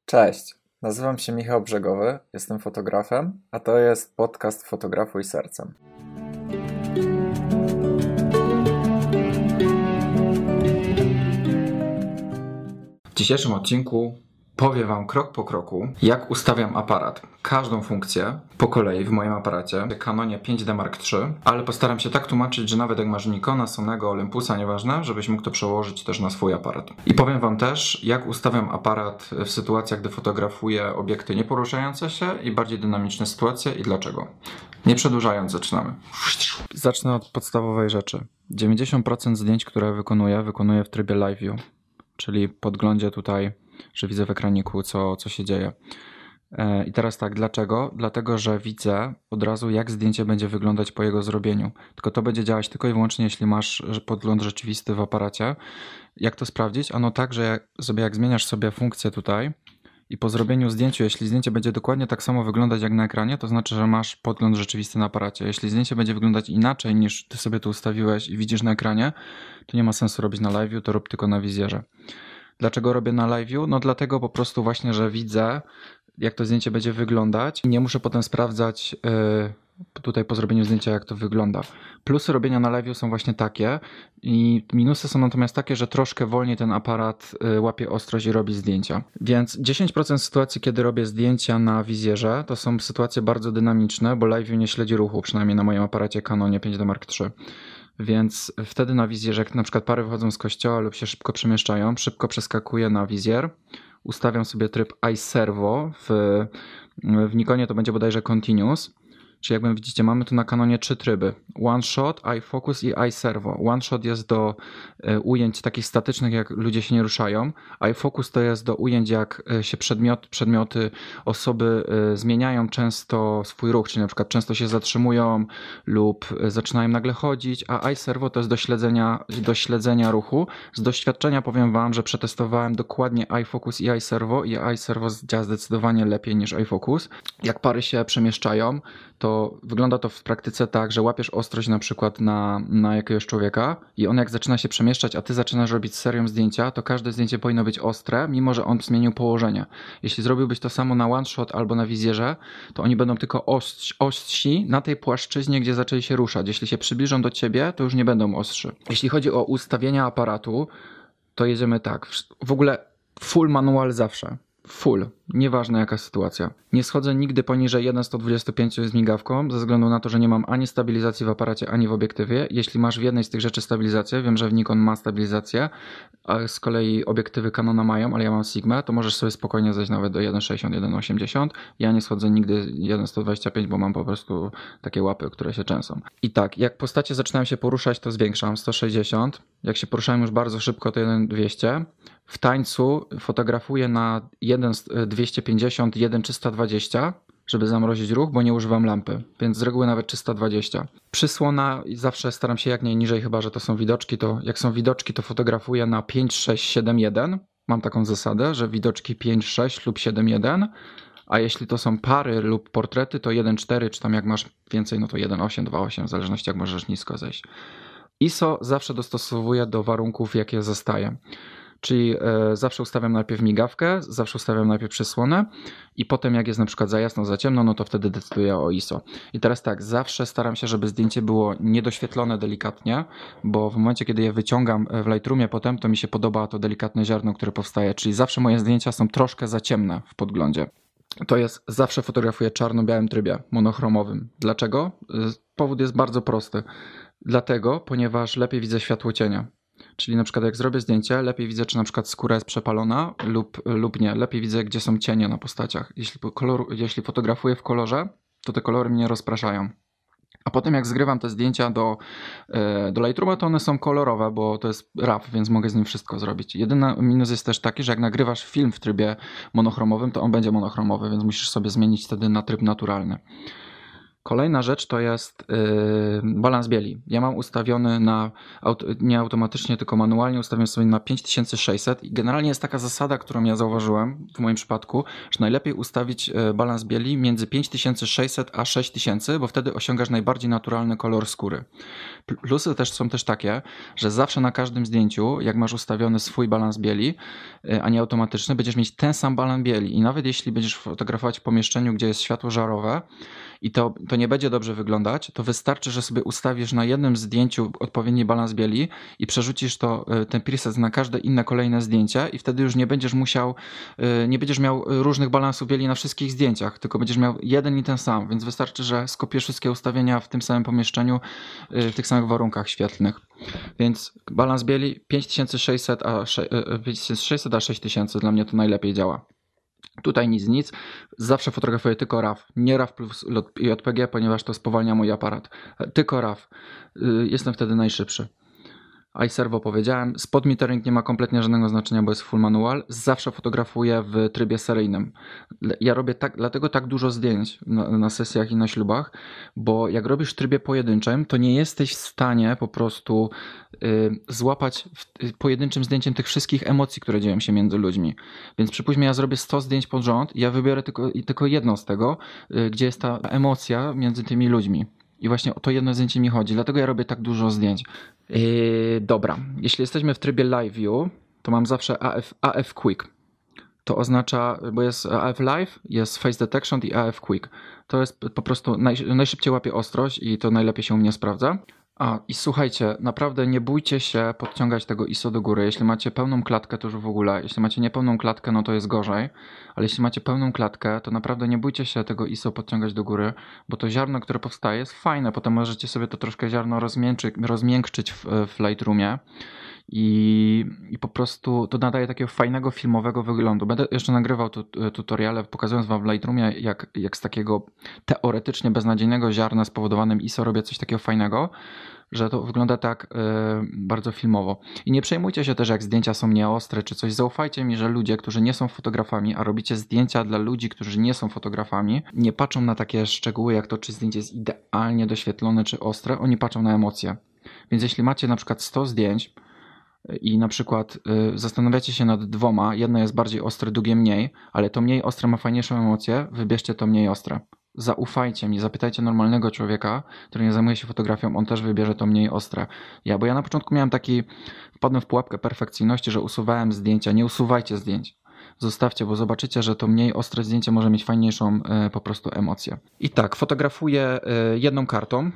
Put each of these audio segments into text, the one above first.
Cześć, nazywam się Michał Brzegowy, jestem fotografem, a to jest podcast Fotografuj Sercem. W dzisiejszym odcinku powiem Wam krok po kroku, jak ustawiam aparat. Każdą funkcję po kolei w moim aparacie, w Canonie 5D Mark III, ale postaram się tak tłumaczyć, że nawet jak masz Nikona, Sonego, Olympusa, nieważne, żebyś mógł to przełożyć też na swój aparat. I powiem Wam też, jak ustawiam aparat w sytuacjach, gdy fotografuję obiekty nieporuszające się i bardziej dynamiczne sytuacje i dlaczego. Nie przedłużając, zaczynamy. Zacznę od podstawowej rzeczy. 90% zdjęć, które wykonuję w trybie Live View, czyli podglądzie tutaj, że widzę w ekraniku, co się dzieje. I teraz tak, dlaczego? Dlatego, że widzę od razu, jak zdjęcie będzie wyglądać po jego zrobieniu. Tylko to będzie działać tylko i wyłącznie, jeśli masz podgląd rzeczywisty w aparacie. Jak to sprawdzić? Ano tak, że jak zmieniasz sobie funkcję tutaj i po zrobieniu zdjęcia, jeśli zdjęcie będzie dokładnie tak samo wyglądać jak na ekranie, to znaczy, że masz podgląd rzeczywisty na aparacie. Jeśli zdjęcie będzie wyglądać inaczej niż ty sobie to ustawiłeś i widzisz na ekranie, to nie ma sensu robić na live'u, to rób tylko na wizjerze. Dlaczego robię na live'u? No dlatego po prostu właśnie, że widzę, jak to zdjęcie będzie wyglądać i nie muszę potem sprawdzać tutaj po zrobieniu zdjęcia, jak to wygląda. Plusy robienia na live'u są właśnie takie i minusy są natomiast takie, że troszkę wolniej ten aparat łapie ostrość i robi zdjęcia. Więc 10% sytuacji, kiedy robię zdjęcia na wizjerze, to są sytuacje bardzo dynamiczne, bo live'u nie śledzi ruchu, przynajmniej na moim aparacie Canonie 5D Mark III. Więc wtedy na wizjerze, jak na przykład pary wychodzą z kościoła lub się szybko przemieszczają, szybko przeskakuję na wizjer, ustawiam sobie tryb iServo, w Nikonie to będzie bodajże Continuous, czyli jak widzicie, mamy tu na Canonie 3 tryby: One Shot, iFocus i iServo. One Shot jest do ujęć takich statycznych, jak ludzie się nie ruszają, iFocus to jest do ujęć, jak się przedmioty, osoby zmieniają często swój ruch, czyli na przykład często się zatrzymują lub zaczynają nagle chodzić, a iServo to jest do śledzenia ruchu. Z doświadczenia powiem Wam, że przetestowałem dokładnie iFocus i iServo działa zdecydowanie lepiej niż iFocus. Jak pary się przemieszczają, to wygląda to w praktyce tak, że łapiesz ostrość na przykład na jakiegoś człowieka i on jak zaczyna się przemieszczać, a ty zaczynasz robić serią zdjęcia, to każde zdjęcie powinno być ostre, mimo że on zmienił położenie. Jeśli zrobiłbyś to samo na one shot albo na wizjerze, to oni będą tylko ostrzy na tej płaszczyźnie, gdzie zaczęli się ruszać. Jeśli się przybliżą do ciebie, to już nie będą ostrzy. Jeśli chodzi o ustawienia aparatu, to jedziemy tak. W ogóle full manual zawsze. Full, nieważna jaka sytuacja. Nie schodzę nigdy poniżej 1.125 z migawką, ze względu na to, że nie mam ani stabilizacji w aparacie, ani w obiektywie. Jeśli masz w jednej z tych rzeczy stabilizację, wiem, że w Nikon ma stabilizację, a z kolei obiektywy Canona mają, ale ja mam Sigmę, to możesz sobie spokojnie zejść nawet do 1.60, 1.80. Ja nie schodzę nigdy 1.125, bo mam po prostu takie łapy, które się trzęsą. I tak, jak postacie zaczynają się poruszać, to zwiększam 160. Jak się poruszają już bardzo szybko, to 1.200. W tańcu fotografuję na 1.250, 1.320, żeby zamrozić ruch, bo nie używam lampy, więc z reguły nawet 320. Przysłona zawsze staram się jak najniżej, chyba że to są widoczki, to jak są widoczki, to fotografuję na 5, 6, 7, 1. Mam taką zasadę, że widoczki 5, 6 lub 7, 1. A jeśli to są pary lub portrety, to 1.4, czy tam jak masz więcej, no to 1.8, 2.8, w zależności jak możesz nisko zejść. ISO zawsze dostosowuję do warunków, jakie zostaję. Czyli zawsze ustawiam najpierw migawkę, zawsze ustawiam najpierw przysłonę i potem jak jest na przykład za jasno, za ciemno, no to wtedy decyduję o ISO. I teraz tak, zawsze staram się, żeby zdjęcie było niedoświetlone delikatnie, bo w momencie, kiedy je wyciągam w Lightroomie potem, to mi się podoba to delikatne ziarno, które powstaje, czyli zawsze moje zdjęcia są troszkę za ciemne w podglądzie. To jest, zawsze fotografuję w czarno-białym trybie, monochromowym. Dlaczego? Powód jest bardzo prosty. Dlatego, ponieważ lepiej widzę światło cienia. Czyli na przykład jak zrobię zdjęcie, lepiej widzę, czy na przykład skóra jest przepalona lub nie. Lepiej widzę, gdzie są cienie na postaciach. Jeśli fotografuję w kolorze, to te kolory mnie rozpraszają. A potem jak zgrywam te zdjęcia do Lightrooma, to one są kolorowe, bo to jest RAW, więc mogę z nim wszystko zrobić. Jedyny minus jest też taki, że jak nagrywasz film w trybie monochromowym, to on będzie monochromowy, więc musisz sobie zmienić wtedy na tryb naturalny. Kolejna rzecz to jest balans bieli. Ja mam ustawiony nie automatycznie, tylko manualnie ustawiam sobie na 5600 i generalnie jest taka zasada, którą ja zauważyłem w moim przypadku, że najlepiej ustawić balans bieli między 5600 a 6000, bo wtedy osiągasz najbardziej naturalny kolor skóry. Plusy też są takie, że zawsze na każdym zdjęciu, jak masz ustawiony swój balans bieli, a nie automatyczny, będziesz mieć ten sam balans bieli i nawet jeśli będziesz fotografować w pomieszczeniu, gdzie jest światło żarowe i to nie będzie dobrze wyglądać, to wystarczy, że sobie ustawisz na jednym zdjęciu odpowiedni balans bieli i przerzucisz ten preset na każde inne kolejne zdjęcie i wtedy już nie będziesz miał różnych balansów bieli na wszystkich zdjęciach, tylko będziesz miał jeden i ten sam, więc wystarczy, że skopiesz wszystkie ustawienia w tym samym pomieszczeniu, w tych samych warunkach świetlnych. Więc balans bieli 5600 a 6000 dla mnie to najlepiej działa. Tutaj nic. Zawsze fotografuję tylko RAW. Nie RAW plus JPG, ponieważ to spowalnia mój aparat. Tylko RAW. Jestem wtedy najszybszy. iServo powiedziałem. Spot metering nie ma kompletnie żadnego znaczenia, bo jest full manual. Zawsze fotografuję w trybie seryjnym. Ja robię dlatego tak dużo zdjęć na sesjach i na ślubach, bo jak robisz w trybie pojedynczym, to nie jesteś w stanie po prostu złapać pojedynczym zdjęciem tych wszystkich emocji, które dzieją się między ludźmi. Więc przypuśćmy, ja zrobię 100 zdjęć pod rząd i ja wybiorę tylko jedno z tego, gdzie jest ta emocja między tymi ludźmi. I właśnie o to jedno zdjęcie mi chodzi, dlatego ja robię tak dużo zdjęć. Dobra, jeśli jesteśmy w trybie Live View, to mam zawsze AF Quick. To oznacza, bo jest AF Live, jest Face Detection i AF Quick. To jest po prostu najszybciej łapie ostrość i to najlepiej się u mnie sprawdza. I słuchajcie, naprawdę nie bójcie się podciągać tego ISO do góry. Jeśli macie pełną klatkę, to już w ogóle. Jeśli macie niepełną klatkę, no to jest gorzej. Ale jeśli macie pełną klatkę, to naprawdę nie bójcie się tego ISO podciągać do góry, bo to ziarno, które powstaje, jest fajne. Potem możecie sobie to troszkę ziarno rozmiękczyć w Lightroomie. I po prostu to nadaje takiego fajnego filmowego wyglądu. Będę jeszcze nagrywał tutoriale, pokazując wam w Lightroomie, jak z takiego teoretycznie beznadziejnego ziarna spowodowanym ISO robię coś takiego fajnego, że to wygląda tak bardzo filmowo. I nie przejmujcie się też, jak zdjęcia są nieostre czy coś. Zaufajcie mi, że ludzie, którzy nie są fotografami, a robicie zdjęcia dla ludzi, którzy nie są fotografami, nie patrzą na takie szczegóły jak to, czy zdjęcie jest idealnie doświetlone czy ostre. Oni patrzą na emocje. Więc jeśli macie na przykład 100 zdjęć, i na przykład zastanawiacie się nad dwoma, jedno jest bardziej ostre, drugie mniej, ale to mniej ostre ma fajniejszą emocję, wybierzcie to mniej ostre. Zaufajcie mi, zapytajcie normalnego człowieka, który nie zajmuje się fotografią, on też wybierze to mniej ostre. Bo ja na początku wpadłem w pułapkę perfekcyjności, że usuwałem zdjęcia. Nie usuwajcie zdjęć. Zostawcie, bo zobaczycie, że to mniej ostre zdjęcie może mieć fajniejszą po prostu emocję. I tak, fotografuję jedną kartą.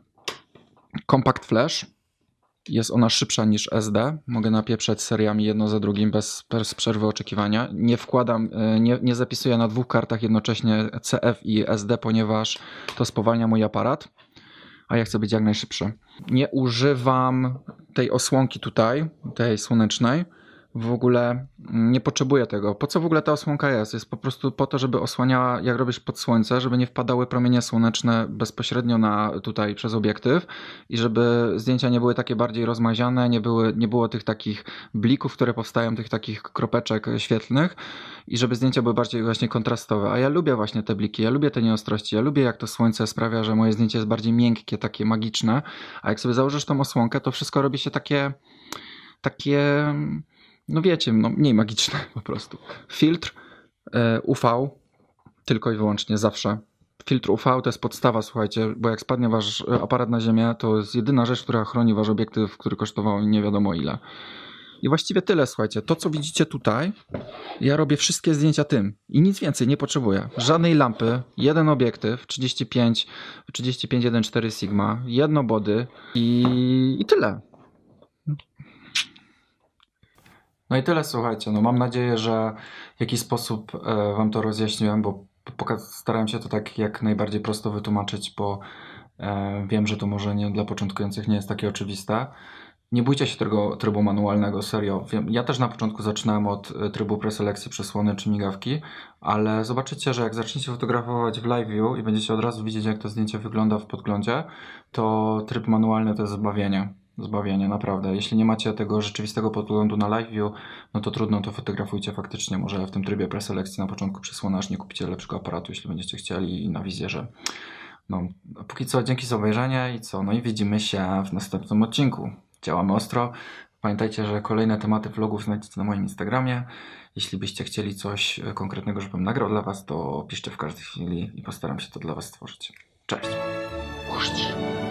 Compact Flash. Jest ona szybsza niż SD. Mogę napieprzać seriami jedno za drugim bez przerwy oczekiwania. Nie wkładam, nie zapisuję na dwóch kartach jednocześnie CF i SD, ponieważ to spowalnia mój aparat, a ja chcę być jak najszybszy. Nie używam tej osłonki tutaj, tej słonecznej. W ogóle nie potrzebuję tego. Po co w ogóle ta osłonka jest? Jest po prostu po to, żeby osłaniała, jak robisz pod słońce, żeby nie wpadały promienie słoneczne bezpośrednio tutaj przez obiektyw i żeby zdjęcia nie były takie bardziej rozmaziane, nie było tych takich blików, które powstają, tych takich kropeczek świetlnych i żeby zdjęcia były bardziej właśnie kontrastowe. A ja lubię właśnie te bliki, ja lubię te nieostrości, ja lubię jak to słońce sprawia, że moje zdjęcie jest bardziej miękkie, takie magiczne, a jak sobie założysz tą osłonkę, to wszystko robi się takie no wiecie, mniej magiczne po prostu. Filtr UV tylko i wyłącznie zawsze. Filtr UV to jest podstawa, słuchajcie, bo jak spadnie wasz aparat na ziemię, to jest jedyna rzecz, która chroni wasz obiektyw, który kosztował nie wiadomo ile. I właściwie tyle, słuchajcie. To, co widzicie tutaj, ja robię wszystkie zdjęcia tym i nic więcej nie potrzebuję. Żadnej lampy, jeden obiektyw, 35 1.4 Sigma, jedno body i tyle. No i tyle, słuchajcie. No mam nadzieję, że w jakiś sposób wam to rozjaśniłem, bo starałem się to tak jak najbardziej prosto wytłumaczyć, bo wiem, że to może dla początkujących nie jest takie oczywiste. Nie bójcie się tego trybu manualnego, serio. Ja też na początku zaczynałem od trybu preselekcji przesłony czy migawki, ale zobaczycie, że jak zaczniecie fotografować w live view i będziecie od razu widzieć, jak to zdjęcie wygląda w podglądzie, to tryb manualny to jest zbawienie. Zbawienie, naprawdę. Jeśli nie macie tego rzeczywistego podglądu na live view, no to trudno, to fotografujcie faktycznie. Może w tym trybie preselekcji na początku przesłony, aż nie kupicie lepszego aparatu, jeśli będziecie chcieli i na wizję, że No, póki co dzięki za obejrzenie i co? No i widzimy się w następnym odcinku. Działamy ostro. Pamiętajcie, że kolejne tematy vlogów znajdziecie na moim Instagramie. Jeśli byście chcieli coś konkretnego, żebym nagrał dla was, to piszcie w każdej chwili i postaram się to dla was stworzyć. Cześć!